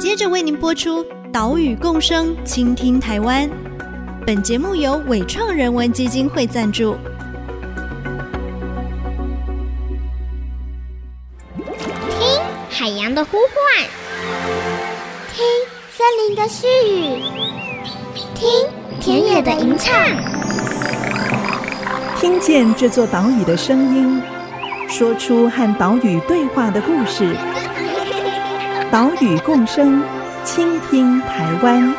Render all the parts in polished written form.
接着为您播出岛屿共生，倾听台湾。本节目由伟创人文基金会赞助。 听海洋的呼唤，听森林的絮语，听田野的吟唱， 听见这座岛屿的声音，说出和岛屿对话的故事。岛屿共生，倾听台湾。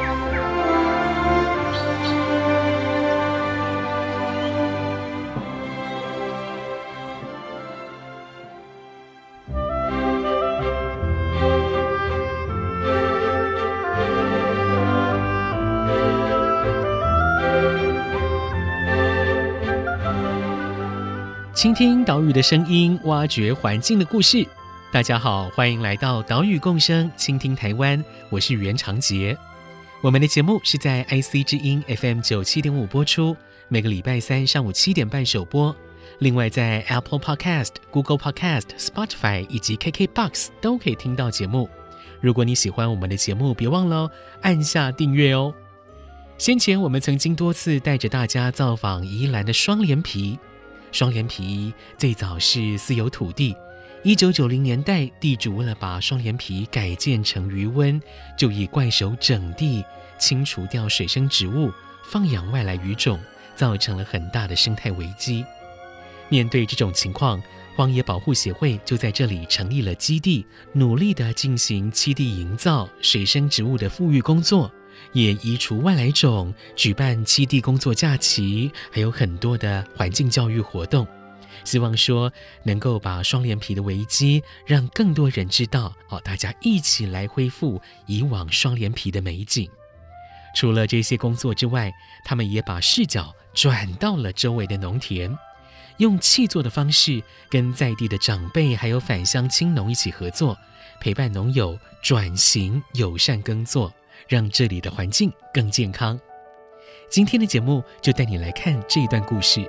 倾听岛屿的声音，挖掘环境的故事。大家好，欢迎来到岛屿共生，倾听台湾，我是袁长杰。我们的节目是在 IC 之音 FM 97.5播出，每个礼拜三上午7点半首播。另外在 Apple Podcast、Google Podcast、Spotify 以及 KKBOX 都可以听到节目。如果你喜欢我们的节目，别忘了按下订阅哦。先前我们曾经多次带着大家造访宜兰的双连埤。双连埤最早是私有土地，1990年代地主为了把双连埤改建成渔温，就以怪手整地，清除掉水生植物，放养外来鱼种，造成了很大的生态危机。面对这种情况，荒野保护协会就在这里成立了基地，努力地进行栖地营造、水生植物的复育工作，也移除外来种，举办栖地工作假期，还有很多的环境教育活动，希望说能够把双连埤的危机让更多人知道，大家一起来恢复以往双连埤的美景。除了这些工作之外，他们也把视角转到了周围的农田，用契作的方式跟在地的长辈还有返乡青农一起合作，陪伴农友转型友善耕作，让这里的环境更健康。今天的节目就带你来看这一段故事。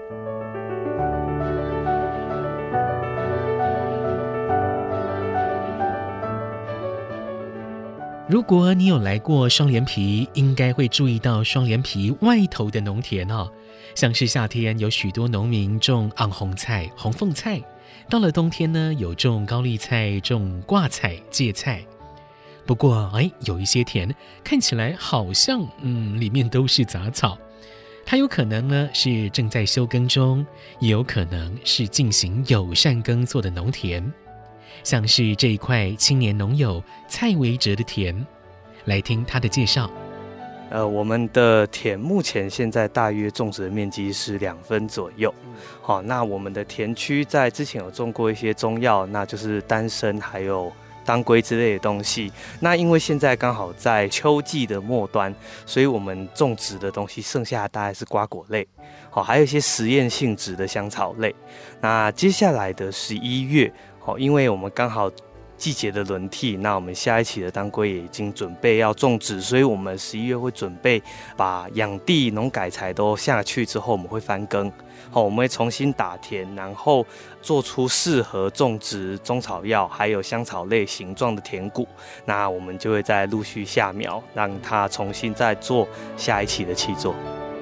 如果你有来过双连埤，应该会注意到双连埤外头的农田像是夏天有许多农民种昂红菜、红凤菜，到了冬天呢，有种高丽菜、种挂菜、芥菜。不过有一些田看起来好像里面都是杂草，它有可能呢是正在休耕中，也有可能是进行友善耕作的农田。像是这一块青年农友蔡维哲的田，来听他的介绍。 我们的田目前现在大约种植的面积是2分左右。好，那我们的田区在之前有种过一些中药，那就是丹参还有当归之类的东西。那因为现在刚好在秋季的末端，所以我们种植的东西剩下大概是瓜果类，还有一些实验性质的香草类。那接下来的11月，因为我们刚好季节的轮替，那我们下一期的当归也已经准备要种植，所以我们11月会准备把养地、农改材都下去之后，我们会翻耕，我们会重新打田，然后做出适合种植中草药还有香草类形状的田谷，那我们就会再陆续下苗，让它重新再做下一期的契作。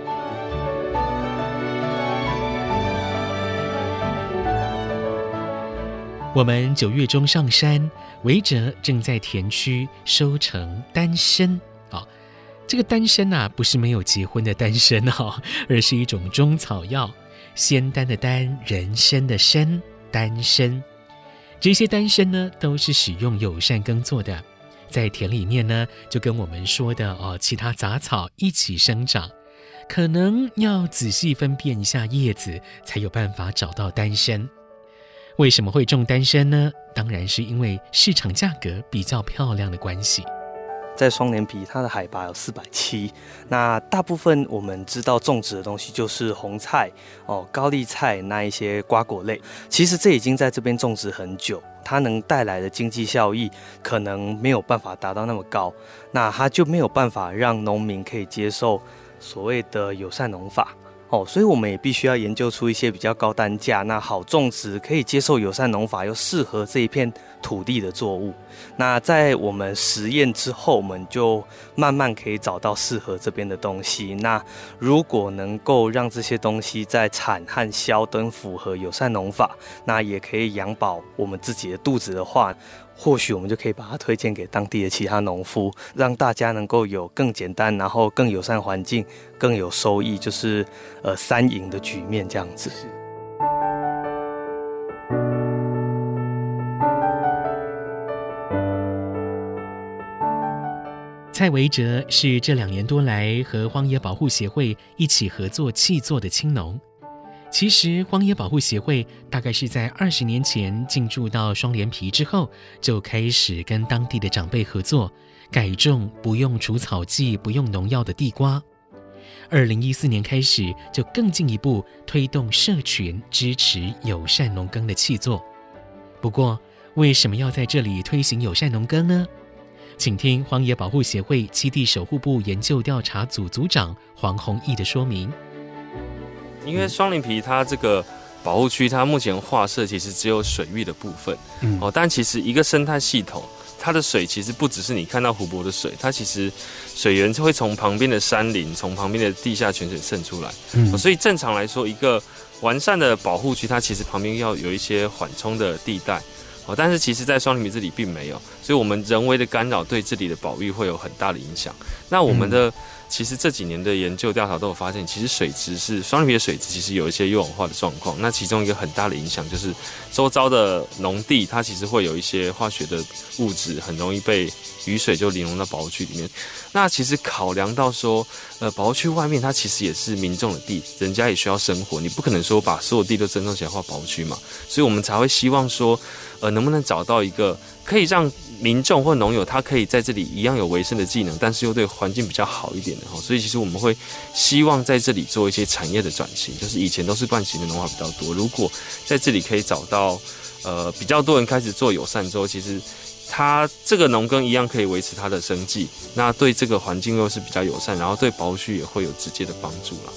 我们9月中上山，维哲正在田区收成丹参。这个丹参不是没有结婚的单身而是一种中草药，仙丹的丹，人参的参，丹参。这些丹参呢，都是使用友善耕作的，在田里面呢，就跟我们说的其他杂草一起生长，可能要仔细分辨一下叶子，才有办法找到丹参。为什么会种丹参呢？当然是因为市场价格比较漂亮的关系。 在双连埤，它的海拔有470，那大部分我们知道种植的东西就是红菜、高丽菜那一些瓜果类。其实这已经在这边种植很久，它能带来的经济效益可能没有办法达到那么高，那它就没有办法让农民可以接受所谓的友善农法。 所以我们也必须要研究出一些比较高单价、那好种植、可以接受友善农法又适合这一片土地的作物。那在我们实验之后，我们就慢慢可以找到适合这边的东西。那如果能够让这些东西在产和销都符合友善农法，那也可以养饱我们自己的肚子的话，或许我们就可以把它推荐给当地的其他农夫，让大家能够有更简单，然后更友善环境，更有收益，就是三赢的局面这样子。 蔡维哲是这2年多来和荒野保护协会一起合作契作的青农。其实荒野保护协会大概是在20年前进驻到双连埤之后，就开始跟当地的长辈合作，改种不用除草剂、不用农药的地瓜。2014年开始，就更进一步推动社群支持友善农耕的契作。不过，为什么要在这里推行友善农耕呢？请听荒野保护协会栖地守护部研究调查组组长黄宏毅的说明。 因为双连埤它这个保护区，它目前划设其实只有水域的部分，但其实一个生态系统，它的水其实不只是你看到湖泊的水，它其实水源会从旁边的山林、从旁边的地下泉水渗出来，所以正常来说，一个完善的保护区，它其实旁边要有一些缓冲的地带。但是其实在双连埤这里并没有，所以我们人为的干扰对这里的保育会有很大的影响。那我们的其实这几年的研究调查都有发现，其实水质是双连埤的水质其实有一些优氧化的状况。那其中一个很大的影响就是周遭的农地，它其实会有一些化学的物质，很容易被雨水就淋溶到保护区里面。那其实考量到说，保护区外面它其实也是民众的地，人家也需要生活，你不可能说把所有地都珍重起来划保护区嘛，所以我们才会希望说，能不能找到一个可以让民众或农友他可以在这里一样有维生的技能，但是又对环境比较好一点的。所以其实我们会希望在这里做一些产业的转型，就是以前都是惯行的农法比较多，如果在这里可以找到比较多人开始做友善之后，其实它这个农耕一样可以维持它的生计，那对这个环境又是比较友善，然后对保护区也会有直接的帮助啦。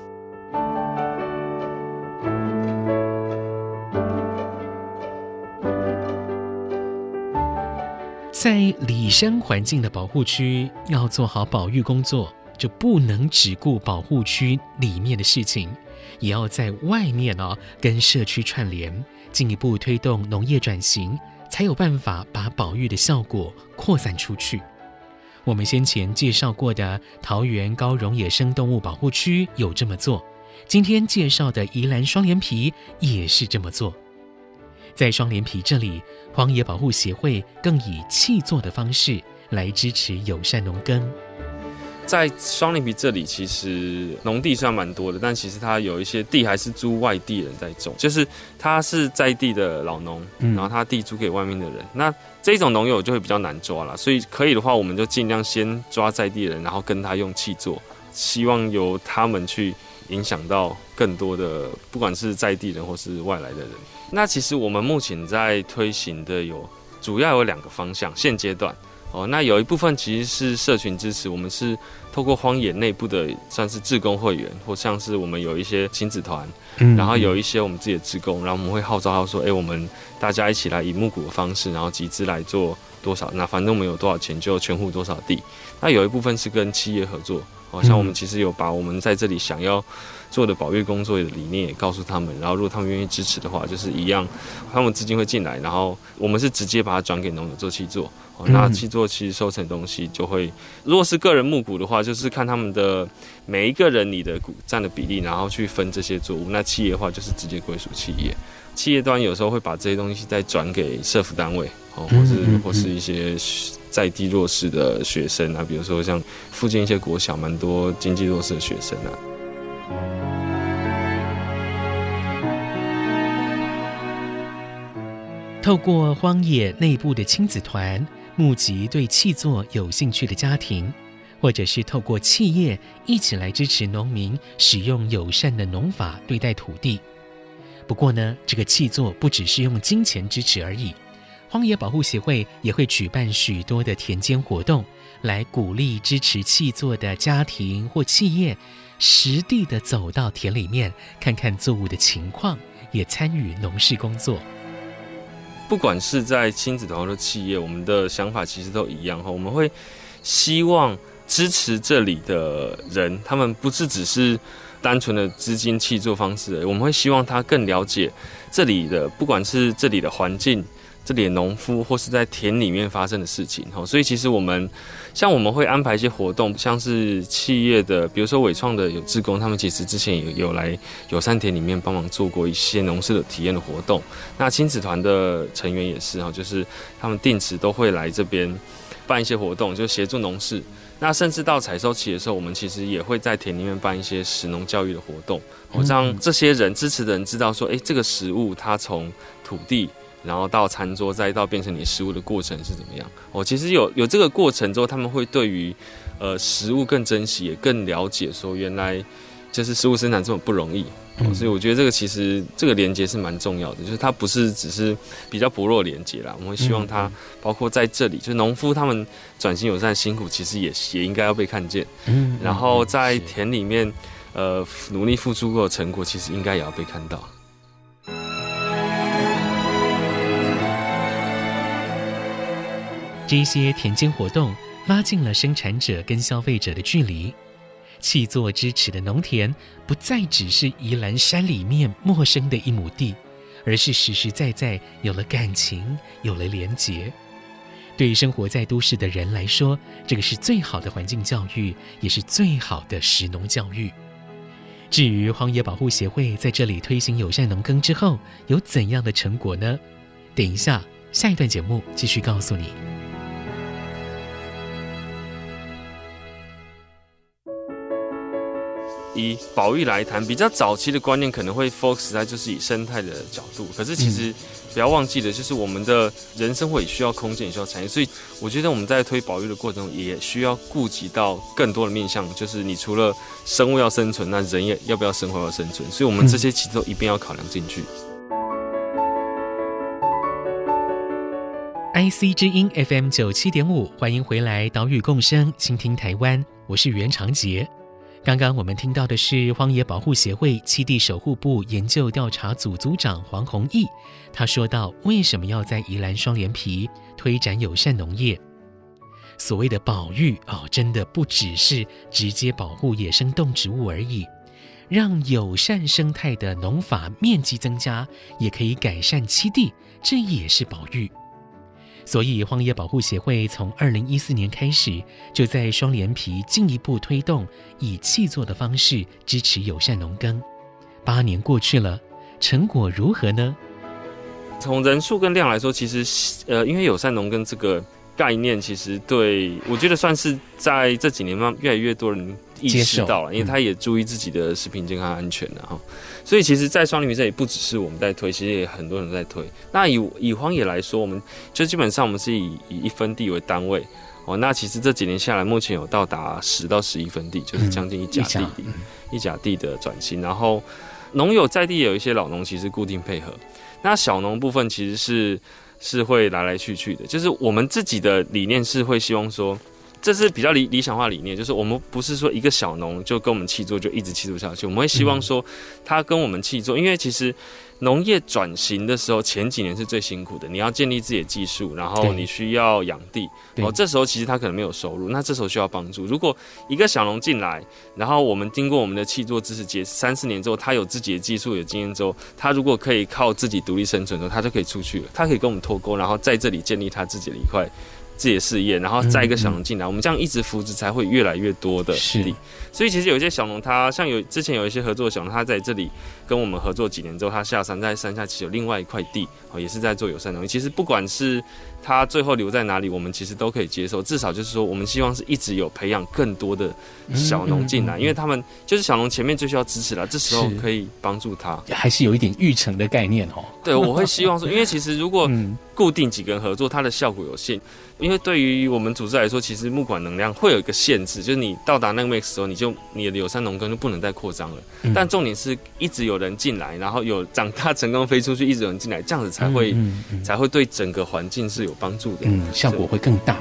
在里山环境的保护区，要做好保育工作，就不能只顾保护区里面的事情，也要在外面跟社区串联，进一步推动农业转型，才有办法把保育的效果扩散出去。我们先前介绍过的桃园高荣野生动物保护区有这么做，今天介绍的宜兰双连埤也是这么做。在双连埤这里，荒野保护协会更以契作的方式来支持友善农耕。 在双连埤这里，其实农地虽然蛮多的，但其实它有一些地还是租外地人在种，就是他是在地的老农，然后他地租给外面的人。那这种农友就会比较难抓啦，所以可以的话，我们就尽量先抓在地人，然后跟他用契作，希望由他们去影响到更多的，不管是在地人或是外来的人。那其实我们目前在推行的主要有2个方向，现阶段。那有一部分其实是社群支持，我们是透过荒野内部的算是志工会员，或像是我们有一些亲子团，然后有一些我们自己的志工，然后我们会号召他说，我们大家一起来以募股的方式，然后集资来做多少，那反正我们有多少钱就全户多少地。那有一部分是跟企业合作，像我们其实有把我们在这里想要做的保育工作的理念也告诉他们，然后如果他们愿意支持的话，就是一样，他们资金会进来，然后我们是直接把它转给农友做契作。那契作其实收成的东西就会，如果是个人募股的话，就是看他们的每一个人你的股占的比例，然后去分这些作物。那企业的话就是直接归属企业，企业端有时候会把这些东西再转给社福单位，或是一些在地弱势的学生啊，比如说像附近一些国小蛮多经济弱势的学生啊。 透过荒野内部的亲子团，募集对契作有兴趣的家庭，或者是透过企业一起来支持农民使用友善的农法对待土地。不过呢，这个契作不只是用金钱支持而已，荒野保护协会也会举办许多的田间活动，来鼓励支持契作的家庭或企业实地的走到田里面，看看作物的情况，也参与农事工作。 不管是在亲子团或者企业，我们的想法其实都一样，我们会希望支持这里的人，他们不是只是单纯的资金契作方式而已，我们会希望他更了解这里的，不管是这里的环境、这里的农夫，或是在田里面发生的事情。所以其实我们会安排一些活动，像是企业的，比如说伟创的有志工，他们其实之前有来友善田里面帮忙做过一些农事的体验的活动。那亲子团的成员也是，就是他们定时都会来这边办一些活动，就协助农事。那甚至到采收期的时候，我们其实也会在田里面办一些食农教育的活动，让这些人支持的人知道说，这个食物它从土地，然后到餐桌，再到变成你食物的过程是怎么样。其实有这个过程之后，他们会对于食物更珍惜，也更了解说原来就是食物生产这么不容易。所以我觉得其实这个连结是蛮重要的，就是它不是只是比较薄弱的连结啦，我们会希望它包括在这里，就是农夫他们转型友善的辛苦，其实也应该要被看见。然后在田里面努力付出过的成果，其实应该也要被看到。 这些田间活动拉近了生产者跟消费者的距离。契作支持的农田不再只是宜兰山里面陌生的一亩地，而是实实在在有了感情，有了连结。对生活在都市的人来说，这个是最好的环境教育，也是最好的食农教育。至于荒野保护协会在这里推行友善农耕之后有怎样的成果呢？等一下下一段节目继续告诉你。 以保育来谈，比较早期的观念可能会 focus 在就是以生态的角度，可是其实不要忘记的就是我们的人生活也需要空间，也需要产业，所以我觉得我们在推保育的过程中也需要顾及到更多的面向，就是你除了生物要生存，那人也要不要生活要生存，所以我们这些其实都一并要考量进去。 IC 之音 FM 97.5，欢迎回来，岛屿共生，倾听台湾，我是袁长杰。刚刚我们听到的是荒野保护协会栖地守护部研究调查组组长黄宏毅，他说到为什么要在宜兰双连埤推展友善农业。所谓的保育真的不只是直接保护野生动植物而已，让友善生态的农法面积增加，也可以改善栖地，这也是保育。所以荒野保护协会从2014年开始，就在双连埤进一步推动以契作的方式支持友善农耕。8年过去了，成果如何呢？ 从人数跟量来说，其实因为友善农耕这个概念，其实对我觉得算是在这几年越来越多人意识到了，因为他也注意自己的食品健康安全了。所以其实在双连埤这里不只是我们在推，其实也很多人在推。那以荒野来说，我们就基本上我们是以1分地为单位。那其实这几年下来，目前有到达10到11分地，就是将近一甲地的转型。然后农友在地也有一些老农，其实固定配合。那小农部分其实是会来来去去的，就是我们自己的理念是会希望说，这是比较理想化理念，就是我们不是说一个小农就跟我们契作就一直契作下去，我们会希望说他跟我们契作，因为其实农业转型的时候前几年是最辛苦的，你要建立自己的技术，然后你需要养地，这时候其实他可能没有收入，那这时候需要帮助。如果一个小农进来，然后我们经过我们的契作知识节3、4年之后，他有自己的技术有经验之后，他如果可以靠自己独立生存的时候，他就可以出去了，他可以跟我们脱钩，然后在这里建立他自己的一块自己的事业，然后再一个小农进来，我们这样一直扶植，才会越来越多的地。所以其实有一些小农，他像之前有一些合作的小农，他在这里跟我们合作几年之后，他下山，在山下其实有另外一块地，也是在做友善农业。其实不管是他最后留在哪里，我们其实都可以接受。至少就是说，我们希望是一直有培养更多的小农进来，因为他们就是小农前面最需要支持了，这时候可以帮助他， 还是有一点育成的概念对，我会希望说，因为其实如果固定几个人合作，它的效果有限。因为对于我们组织来说，其实募款能量会有一个限制，就是你到达那个 max 的时候，你的友善农耕就不能再扩张了。但重点是一直有人进来，然后有长大成功飞出去，一直有人进来，这样子才会对整个环境是有帮助的， 效果会更大。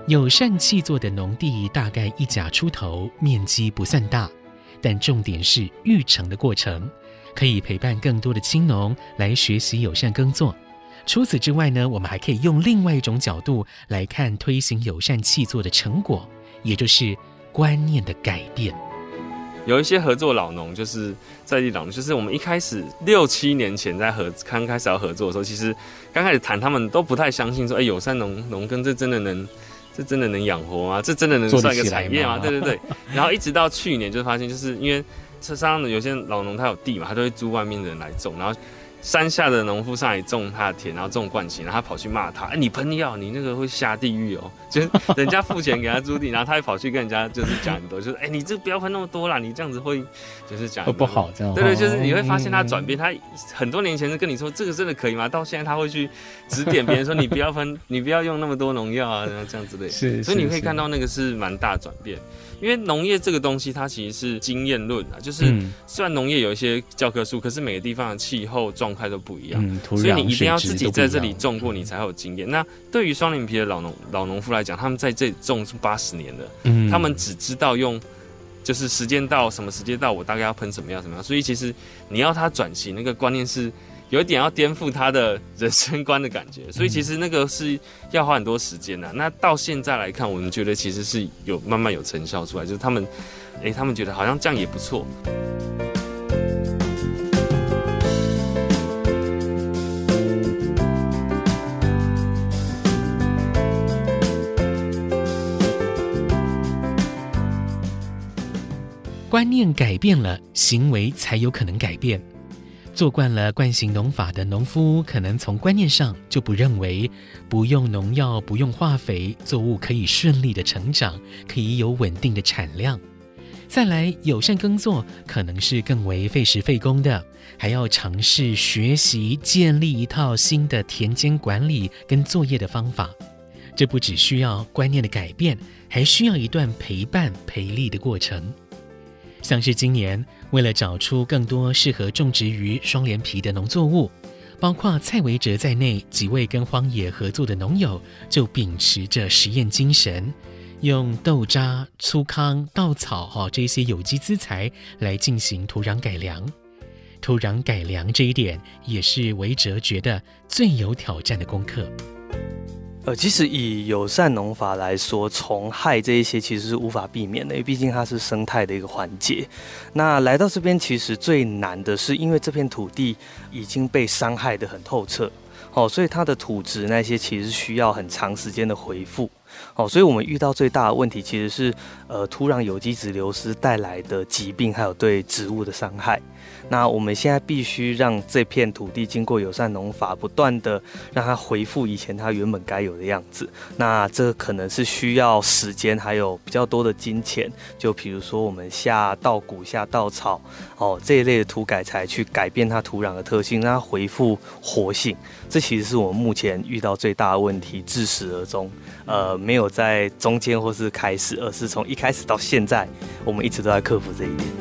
友善契作的农地大概1甲出头，面积不算大，但重点是育成的过程，可以陪伴更多的青农来学习友善耕作。除此之外呢，我们还可以用另外一种角度来看推行友善契作的成果，也就是观念的改变。 有一些合作老农，就是在地老农，就是我们一开始6、7年前在刚开始要合作的时候，其实刚开始谈，他们都不太相信说，友善农耕这真的能养活吗？这真的能算一个产业吗？对对对。然后一直到去年就发现，就是因为车上的有些老农他有地嘛，他都会租外面的人来种，然后山下的农夫上来种他的田，然后种惯性，然后他跑去骂他，你喷药，你那个会下地狱哦！就是人家付钱给他租地，然后他还跑去跟人家就是讲很多，就是你这不要喷那么多啦，你这样子会就是讲会不好这样。 对对，就是你会发现他转变，他很多年前是跟你说这个真的可以吗？到现在他会去指点别人说你不要喷，你不要用那么多农药啊，然后这样之类的。 是， 所以你可以看到那个是蛮大转变。因为农业这个东西，它其实是经验论啊，就是虽然农业有一些教科书，可是每个地方的气候状态都不一样，所以你一定要自己在这里种过，你才会有经验。那对于双连皮的老农夫来讲，他们在这里种80年了，他们只知道用，就是时间到什么时间到，我大概要喷什么样什么样。所以其实你要他转型，那个观念是有一点要颠覆他的人生观的感觉，所以其实那个是要花很多时间的。那到现在来看，我们觉得其实是慢慢有成效出来，就是他们觉得好像这样也不错。 观念改变了，行为才有可能改变。做惯了惯性农法的农夫，可能从观念上就不认为不用农药、不用化肥，作物可以顺利的成长，可以有稳定的产量。再来，友善耕作可能是更为费时费工的，还要尝试学习建立一套新的田间管理跟作业的方法。这不只需要观念的改变，还需要一段陪伴培力的过程。像是今年为了找出更多适合种植于双连皮的农作物，包括蔡维哲在内几位跟荒野合作的农友，就秉持着实验精神，用豆渣、粗糠、稻草这些有机资材来进行土壤改良。土壤改良这一点也是维哲觉得最有挑战的功课。 其实以友善农法来说，虫害这一些其实是无法避免的，因为毕竟它是生态的一个环节。那来到这边，其实最难的是，因为这片土地已经被伤害得很透彻，所以它的土质那些其实需要很长时间的恢复。所以我们遇到最大的问题其实是土壤有机质流失带来的疾病，还有对植物的伤害。那我们现在必须让这片土地经过友善农法，不断的让它恢复以前它原本该有的样子。那这可能是需要时间，还有比较多的金钱。就比如说我们下稻谷、下稻草，这一类的土改材去改变它土壤的特性，让它恢复活性。这其实是我们目前遇到最大的问题，自始而终。没有在中间或是开始，而是从一开始到现在，我们一直都在克服这一点。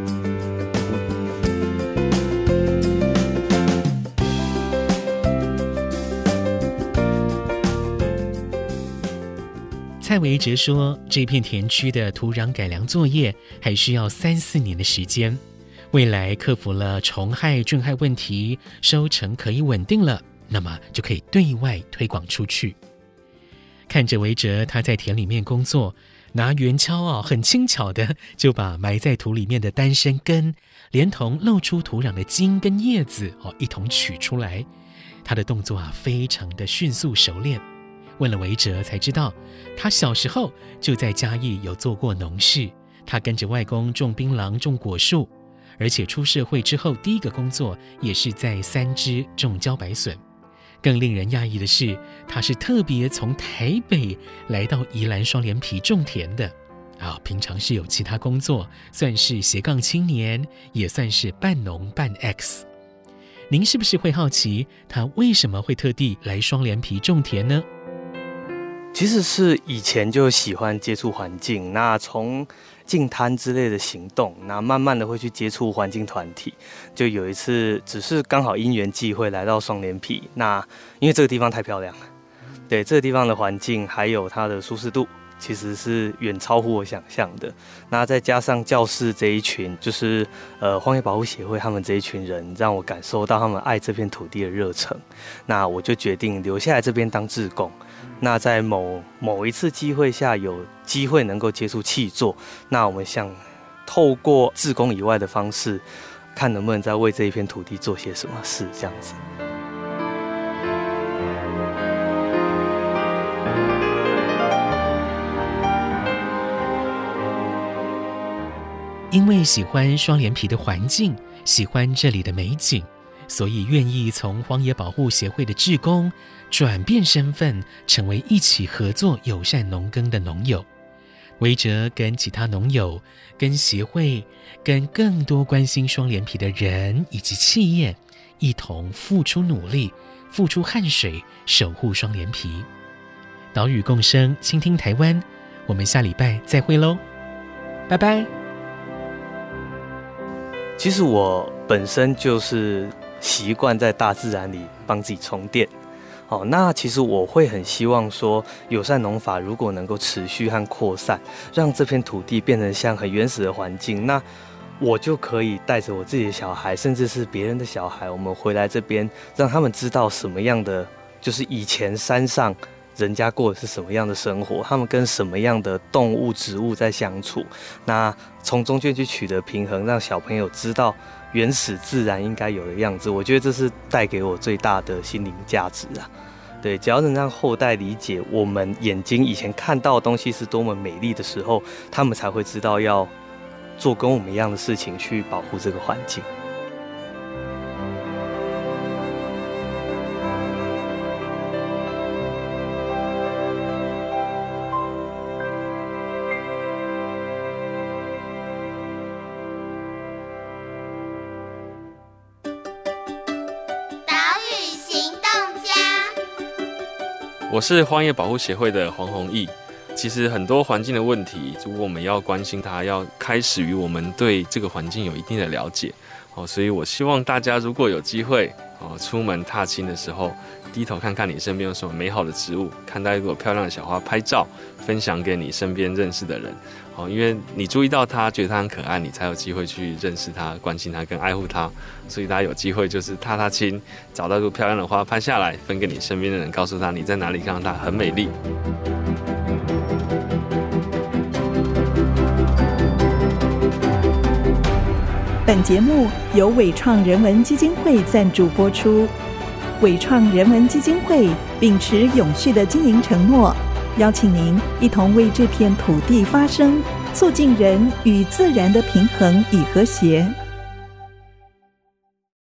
蔡维哲说，这片田区的土壤改良作业还需要3、4年的时间。未来克服了虫害、菌害问题，收成可以稳定了，那么就可以对外推广出去。看着维哲他在田里面工作，拿圆锹很轻巧的就把埋在土里面的单身根，连同露出土壤的茎跟叶子一同取出来。他的动作非常的迅速熟练。问了维哲才知道，他小时候就在嘉义有做过农事，他跟着外公种槟榔、种果树，而且出社会之后第一个工作也是在三芝种茭白笋。更令人讶异的是，他是特别从台北来到宜兰双连皮种田的平常是有其他工作，算是斜杠青年，也算是半农半 X。 您是不是会好奇他为什么会特地来双连皮种田呢？ 其实是以前就喜欢接触环境，那从净滩之类的行动，那慢慢的会去接触环境团体。就有一次只是刚好因缘际会来到双连皮，那因为这个地方太漂亮了， 对，这个地方的环境还有它的舒适度，其实是远超乎我想象的。那再加上教室这一群，就是荒野保护协会他们这一群人，让我感受到他们爱这片土地的热忱。那我就决定留下来这边当志工。那在某一次机会下，有机会能够接触契作，那我们想透过志工以外的方式，看能不能再为这一片土地做些什么事，这样子。 因为喜欢双连埤的环境，喜欢这里的美景，所以愿意从荒野保护协会的志工转变身份，成为一起合作友善农耕的农友。威哲跟其他农友、跟协会、跟更多关心双连埤的人以及企业，一同付出努力，付出汗水，守护双连埤。岛屿共生，倾听台湾，我们下礼拜再会喽，拜拜。 其实我本身就是习惯在大自然里帮自己充电。那其实我会很希望说，友善农法如果能够持续和扩散，让这片土地变成像很原始的环境，那我就可以带着我自己的小孩，甚至是别人的小孩，我们回来这边，让他们知道什么样的，就是以前山上人家过的是什么样的生活，他们跟什么样的动物、植物在相处，那从中间去取得平衡，让小朋友知道原始自然应该有的样子。我觉得这是带给我最大的心灵价值啊。对，只要能让后代理解我们眼睛以前看到的东西是多么美丽的时候，他们才会知道要做跟我们一样的事情去保护这个环境。 我是荒野保护协会的黄宏毅。其实很多环境的问题，如果我们要关心它，要开始于我们对这个环境有一定的了解。所以我希望大家如果有机会出门踏青的时候，低头看看你身边有什么美好的植物，看到一朵漂亮的小花，拍照分享给你身边认识的人。因为你注意到它，觉得它很可爱，你才有机会去认识它、关心它跟爱护它。所以大家有机会就是踏踏青，找到一朵漂亮的花拍下来，分给你身边的人，告诉他你在哪里看到它很美丽。 本节目由伟创人文基金会赞助播出。伟创人文基金会秉持永续的经营承诺，邀请您一同为这片土地发声，促进人与自然的平衡与和谐。